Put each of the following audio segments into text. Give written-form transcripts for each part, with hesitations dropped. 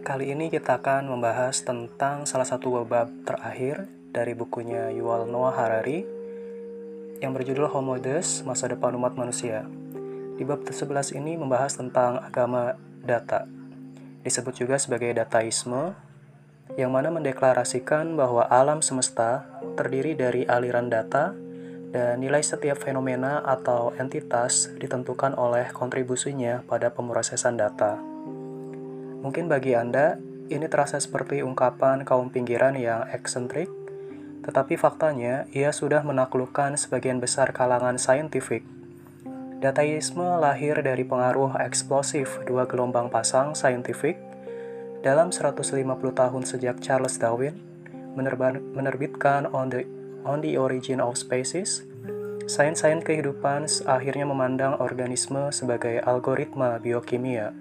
Kali ini kita akan membahas tentang salah satu bab terakhir dari bukunya Yuval Noah Harari yang berjudul Homo Deus, Masa Depan Umat Manusia. Di bab ke-11 ini membahas tentang agama data. Disebut juga sebagai dataisme, yang mana mendeklarasikan bahwa alam semesta terdiri dari aliran data dan nilai setiap fenomena atau entitas ditentukan oleh kontribusinya pada pemrosesan data. Mungkin bagi Anda, ini terasa seperti ungkapan kaum pinggiran yang eksentrik, tetapi faktanya ia sudah menaklukkan sebagian besar kalangan saintifik. Dataisme lahir dari pengaruh eksplosif dua gelombang pasang saintifik dalam 150 tahun sejak Charles Darwin menerbitkan On the Origin of Species. Sains-sains kehidupan akhirnya memandang organisme sebagai algoritma biokimia.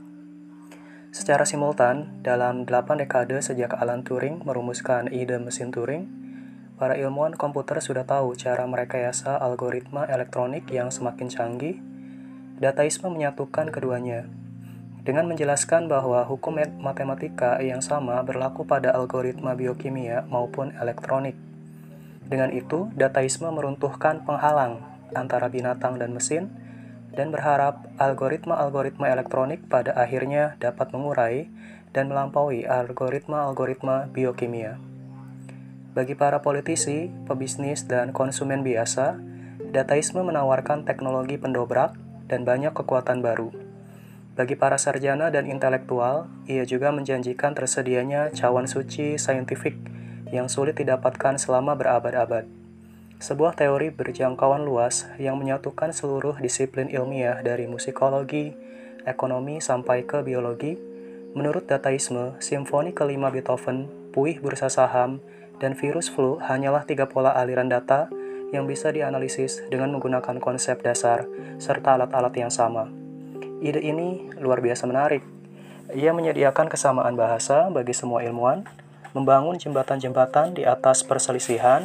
Secara simultan, dalam 8 dekade sejak Alan Turing merumuskan ide mesin Turing, para ilmuwan komputer sudah tahu cara merekayasa algoritma elektronik yang semakin canggih. Dataisme menyatukan keduanya, dengan menjelaskan bahwa hukum matematika yang sama berlaku pada algoritma biokimia maupun elektronik. Dengan itu, dataisme meruntuhkan penghalang antara binatang dan mesin, dan berharap algoritma-algoritma elektronik pada akhirnya dapat mengurai dan melampaui algoritma-algoritma biokimia. Bagi para politisi, pebisnis, dan konsumen biasa, dataisme menawarkan teknologi pendobrak dan banyak kekuatan baru. Bagi para sarjana dan intelektual, ia juga menjanjikan tersedianya cawan suci saintifik yang sulit didapatkan selama berabad-abad. Sebuah teori berjangkauan luas yang menyatukan seluruh disiplin ilmiah dari musikologi, ekonomi, sampai ke biologi. Menurut dataisme, simfoni kelima Beethoven, puih bursa saham, dan virus flu hanyalah 3 pola aliran data yang bisa dianalisis dengan menggunakan konsep dasar serta alat-alat yang sama. Ide ini luar biasa menarik. Ia menyediakan kesamaan bahasa bagi semua ilmuwan, membangun jembatan-jembatan di atas perselisihan,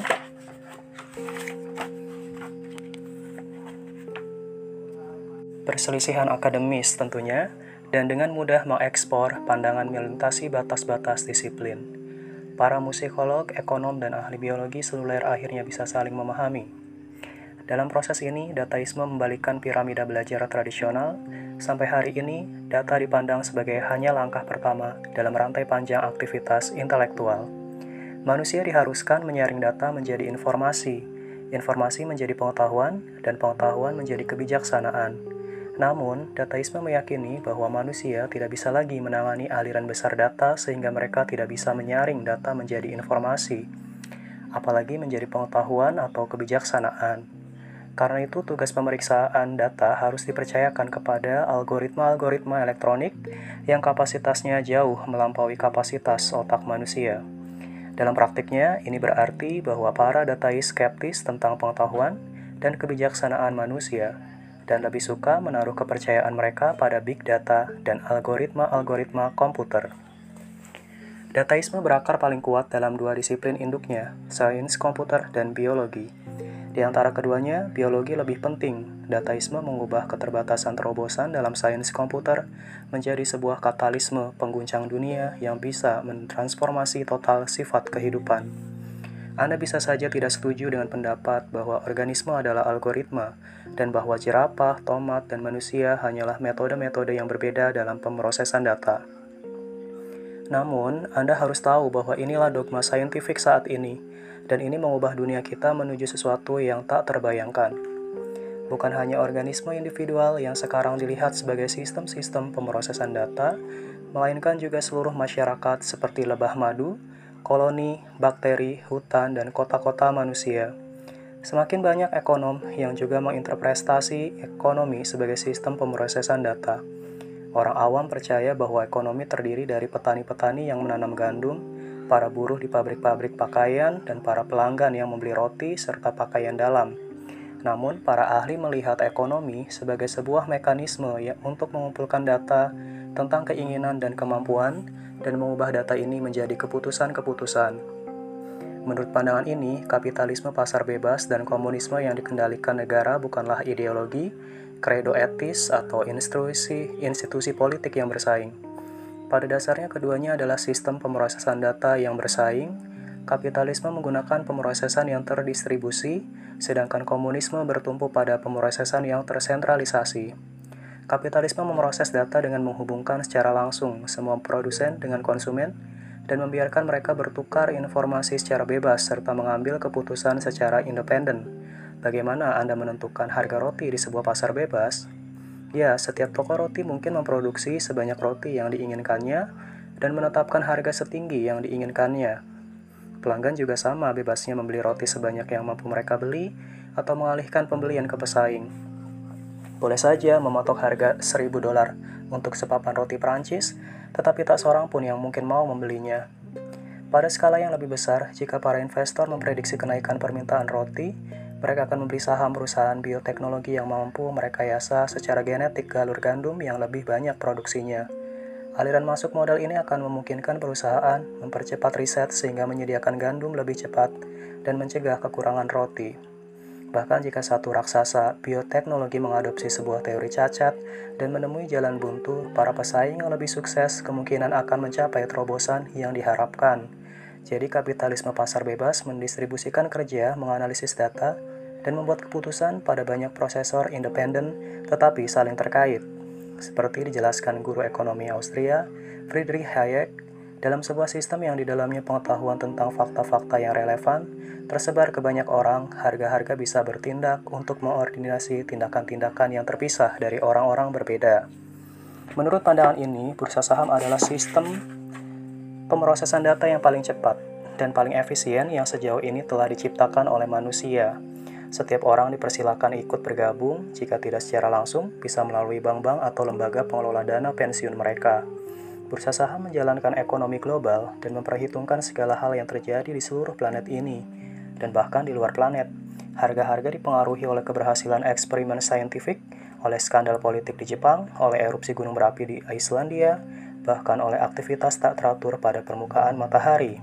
akademis tentunya, dan dengan mudah mengekspor pandangan melintasi batas-batas disiplin. Para musikolog, ekonom, dan ahli biologi seluler akhirnya bisa saling memahami. Dalam proses ini, dataisme membalikkan piramida belajar tradisional. Sampai hari ini, data dipandang sebagai hanya langkah pertama dalam rantai panjang aktivitas intelektual. Manusia diharuskan menyaring data menjadi informasi menjadi pengetahuan, dan pengetahuan menjadi kebijaksanaan. Namun, dataisme meyakini bahwa manusia tidak bisa lagi menangani aliran besar data sehingga mereka tidak bisa menyaring data menjadi informasi, apalagi menjadi pengetahuan atau kebijaksanaan. Karena itu, tugas pemeriksaan data harus dipercayakan kepada algoritma-algoritma elektronik yang kapasitasnya jauh melampaui kapasitas otak manusia. Dalam praktiknya, ini berarti bahwa para datais skeptis tentang pengetahuan dan kebijaksanaan manusia, dan lebih suka menaruh kepercayaan mereka pada big data dan algoritma-algoritma komputer. Dataisme berakar paling kuat dalam 2 disiplin induknya, sains komputer dan biologi. Di antara keduanya, biologi lebih penting. Dataisme mengubah keterbatasan terobosan dalam sains komputer menjadi sebuah katalisme pengguncang dunia yang bisa mentransformasi total sifat kehidupan. Anda bisa saja tidak setuju dengan pendapat bahwa organisme adalah algoritma, dan bahwa jerapah, tomat, dan manusia hanyalah metode-metode yang berbeda dalam pemrosesan data. Namun, Anda harus tahu bahwa inilah dogma saintifik saat ini, dan ini mengubah dunia kita menuju sesuatu yang tak terbayangkan. Bukan hanya organisme individual yang sekarang dilihat sebagai sistem-sistem pemrosesan data, melainkan juga seluruh masyarakat seperti lebah madu, koloni, bakteri, hutan, dan kota-kota manusia. Semakin banyak ekonom yang juga menginterpretasi ekonomi sebagai sistem pemrosesan data. Orang awam percaya bahwa ekonomi terdiri dari petani-petani yang menanam gandum, para buruh di pabrik-pabrik pakaian, dan para pelanggan yang membeli roti serta pakaian dalam. Namun, para ahli melihat ekonomi sebagai sebuah mekanisme untuk mengumpulkan data tentang keinginan dan kemampuan, dan mengubah data ini menjadi keputusan-keputusan. Menurut pandangan ini, kapitalisme pasar bebas dan komunisme yang dikendalikan negara bukanlah ideologi, kredo etis, atau institusi politik yang bersaing. Pada dasarnya keduanya adalah sistem pemrosesan data yang bersaing. Kapitalisme menggunakan pemrosesan yang terdistribusi, sedangkan komunisme bertumpu pada pemrosesan yang tersentralisasi. Kapitalisme memproses data dengan menghubungkan secara langsung semua produsen dengan konsumen dan membiarkan mereka bertukar informasi secara bebas serta mengambil keputusan secara independen. Bagaimana Anda menentukan harga roti di sebuah pasar bebas? Ya, setiap toko roti mungkin memproduksi sebanyak roti yang diinginkannya dan menetapkan harga setinggi yang diinginkannya. Pelanggan juga sama bebasnya membeli roti sebanyak yang mampu mereka beli atau mengalihkan pembelian ke pesaing. Boleh saja mematok harga $1.000 untuk sepapan roti Prancis, tetapi tak seorang pun yang mungkin mau membelinya. Pada skala yang lebih besar, jika para investor memprediksi kenaikan permintaan roti, mereka akan membeli saham perusahaan bioteknologi yang mampu merekayasa secara genetik galur gandum yang lebih banyak produksinya. Aliran masuk modal ini akan memungkinkan perusahaan mempercepat riset sehingga menyediakan gandum lebih cepat dan mencegah kekurangan roti. Bahkan jika satu raksasa bioteknologi mengadopsi sebuah teori cacat dan menemui jalan buntu, para pesaing yang lebih sukses kemungkinan akan mencapai terobosan yang diharapkan. Jadi kapitalisme pasar bebas mendistribusikan kerja, menganalisis data, dan membuat keputusan pada banyak prosesor independen tetapi saling terkait. Seperti dijelaskan guru ekonomi Austria, Friedrich Hayek, dalam sebuah sistem yang di dalamnya pengetahuan tentang fakta-fakta yang relevan tersebar ke banyak orang, harga-harga bisa bertindak untuk mengordinasi tindakan-tindakan yang terpisah dari orang-orang berbeda. Menurut pandangan ini, bursa saham adalah sistem pemrosesan data yang paling cepat dan paling efisien yang sejauh ini telah diciptakan oleh manusia. Setiap orang dipersilakan ikut bergabung, jika tidak secara langsung, bisa melalui bank-bank atau lembaga pengelola dana pensiun mereka. Bursa saham menjalankan ekonomi global dan memperhitungkan segala hal yang terjadi di seluruh planet ini, dan bahkan di luar planet. Harga-harga dipengaruhi oleh keberhasilan eksperimen saintifik, oleh skandal politik di Jepang, oleh erupsi gunung berapi di Islandia, bahkan oleh aktivitas tak teratur pada permukaan matahari.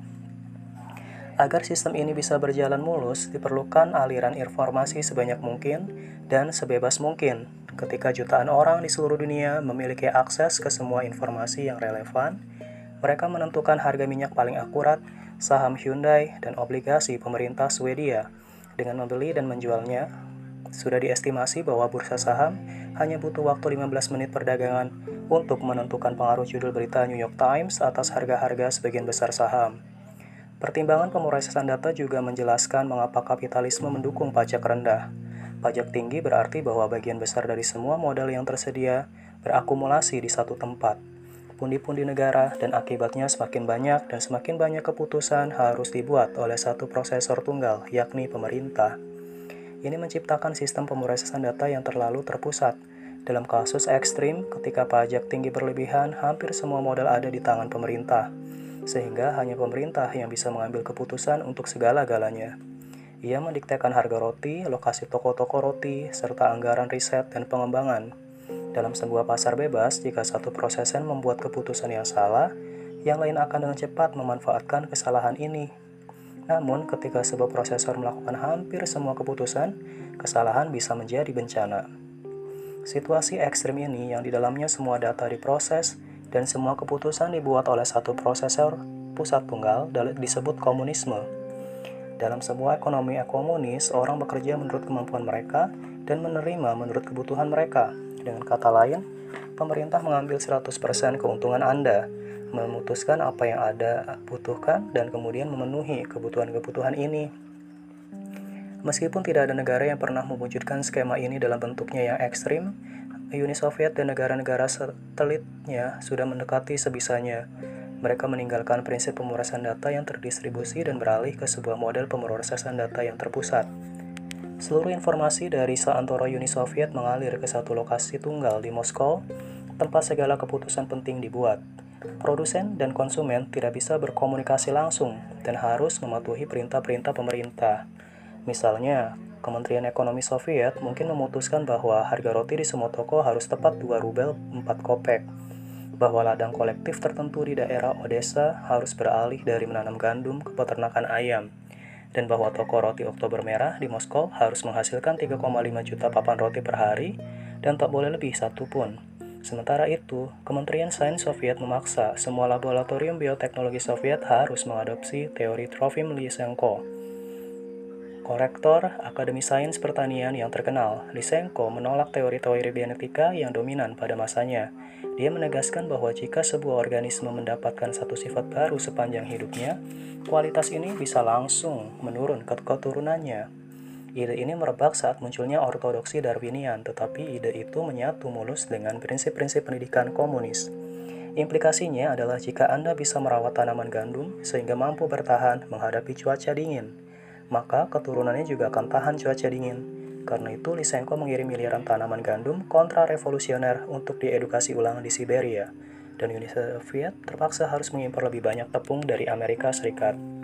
Agar sistem ini bisa berjalan mulus, diperlukan aliran informasi sebanyak mungkin dan sebebas mungkin. Ketika jutaan orang di seluruh dunia memiliki akses ke semua informasi yang relevan, mereka menentukan harga minyak paling akurat, saham Hyundai, dan obligasi pemerintah Swedia. Dengan membeli dan menjualnya, sudah diestimasi bahwa bursa saham hanya butuh waktu 15 menit perdagangan untuk menentukan pengaruh judul berita New York Times atas harga-harga sebagian besar saham. Pertimbangan pemrosesan data juga menjelaskan mengapa kapitalisme mendukung pajak rendah. Pajak tinggi berarti bahwa bagian besar dari semua modal yang tersedia berakumulasi di satu tempat. Pundi-pundi negara dan akibatnya semakin banyak dan semakin banyak keputusan harus dibuat oleh satu prosesor tunggal, yakni pemerintah. Ini menciptakan sistem pemrosesan data yang terlalu terpusat. Dalam kasus ekstrim, ketika pajak tinggi berlebihan, hampir semua modal ada di tangan pemerintah, sehingga hanya pemerintah yang bisa mengambil keputusan untuk segala-galanya. Ia mendiktekan harga roti, lokasi toko-toko roti, serta anggaran riset dan pengembangan. Dalam sebuah pasar bebas, jika satu prosesen membuat keputusan yang salah, yang lain akan dengan cepat memanfaatkan kesalahan ini. Namun, ketika sebuah prosesor melakukan hampir semua keputusan, kesalahan bisa menjadi bencana. Situasi ekstrim ini yang di dalamnya semua data diproses dan semua keputusan dibuat oleh satu prosesor pusat tunggal disebut komunisme. Dalam sebuah ekonomi komunis, orang bekerja menurut kemampuan mereka dan menerima menurut kebutuhan mereka. Dengan kata lain, pemerintah mengambil 100% keuntungan Anda, memutuskan apa yang Anda butuhkan dan kemudian memenuhi kebutuhan-kebutuhan ini. Meskipun tidak ada negara yang pernah mewujudkan skema ini dalam bentuknya yang ekstrim, Uni Soviet dan negara-negara satelitnya sudah mendekati sebisanya. Mereka meninggalkan prinsip pemrosesan data yang terdistribusi dan beralih ke sebuah model pemrosesan data yang terpusat. Seluruh informasi dari seantero Uni Soviet mengalir ke satu lokasi tunggal di Moskow, tempat segala keputusan penting dibuat. Produsen dan konsumen tidak bisa berkomunikasi langsung dan harus mematuhi perintah-perintah pemerintah. Misalnya, Kementerian Ekonomi Soviet mungkin memutuskan bahwa harga roti di semua toko harus tepat 2 rubel 4 kopek, bahwa ladang kolektif tertentu di daerah Odessa harus beralih dari menanam gandum ke peternakan ayam, dan bahwa toko roti Oktober Merah di Moskow harus menghasilkan 3,5 juta papan roti per hari dan tak boleh lebih satu pun. Sementara itu, Kementerian Sains Soviet memaksa semua laboratorium bioteknologi Soviet harus mengadopsi teori Trofim Lysenko, korektor Akademi Sains Pertanian yang terkenal. Lysenko menolak teori-teori genetika yang dominan pada masanya. Dia menegaskan bahwa jika sebuah organisme mendapatkan satu sifat baru sepanjang hidupnya, kualitas ini bisa langsung menurun ke keturunannya. Ide ini merebak saat munculnya ortodoksi Darwinian, tetapi ide itu menyatu mulus dengan prinsip-prinsip pendidikan komunis. Implikasinya adalah jika Anda bisa merawat tanaman gandum sehingga mampu bertahan menghadapi cuaca dingin, maka keturunannya juga akan tahan cuaca dingin. Karena itu, Lysenko mengirim miliaran tanaman gandum kontra-revolusioner untuk diedukasi ulang di Siberia, dan Uni Soviet terpaksa harus mengimpor lebih banyak tepung dari Amerika Serikat.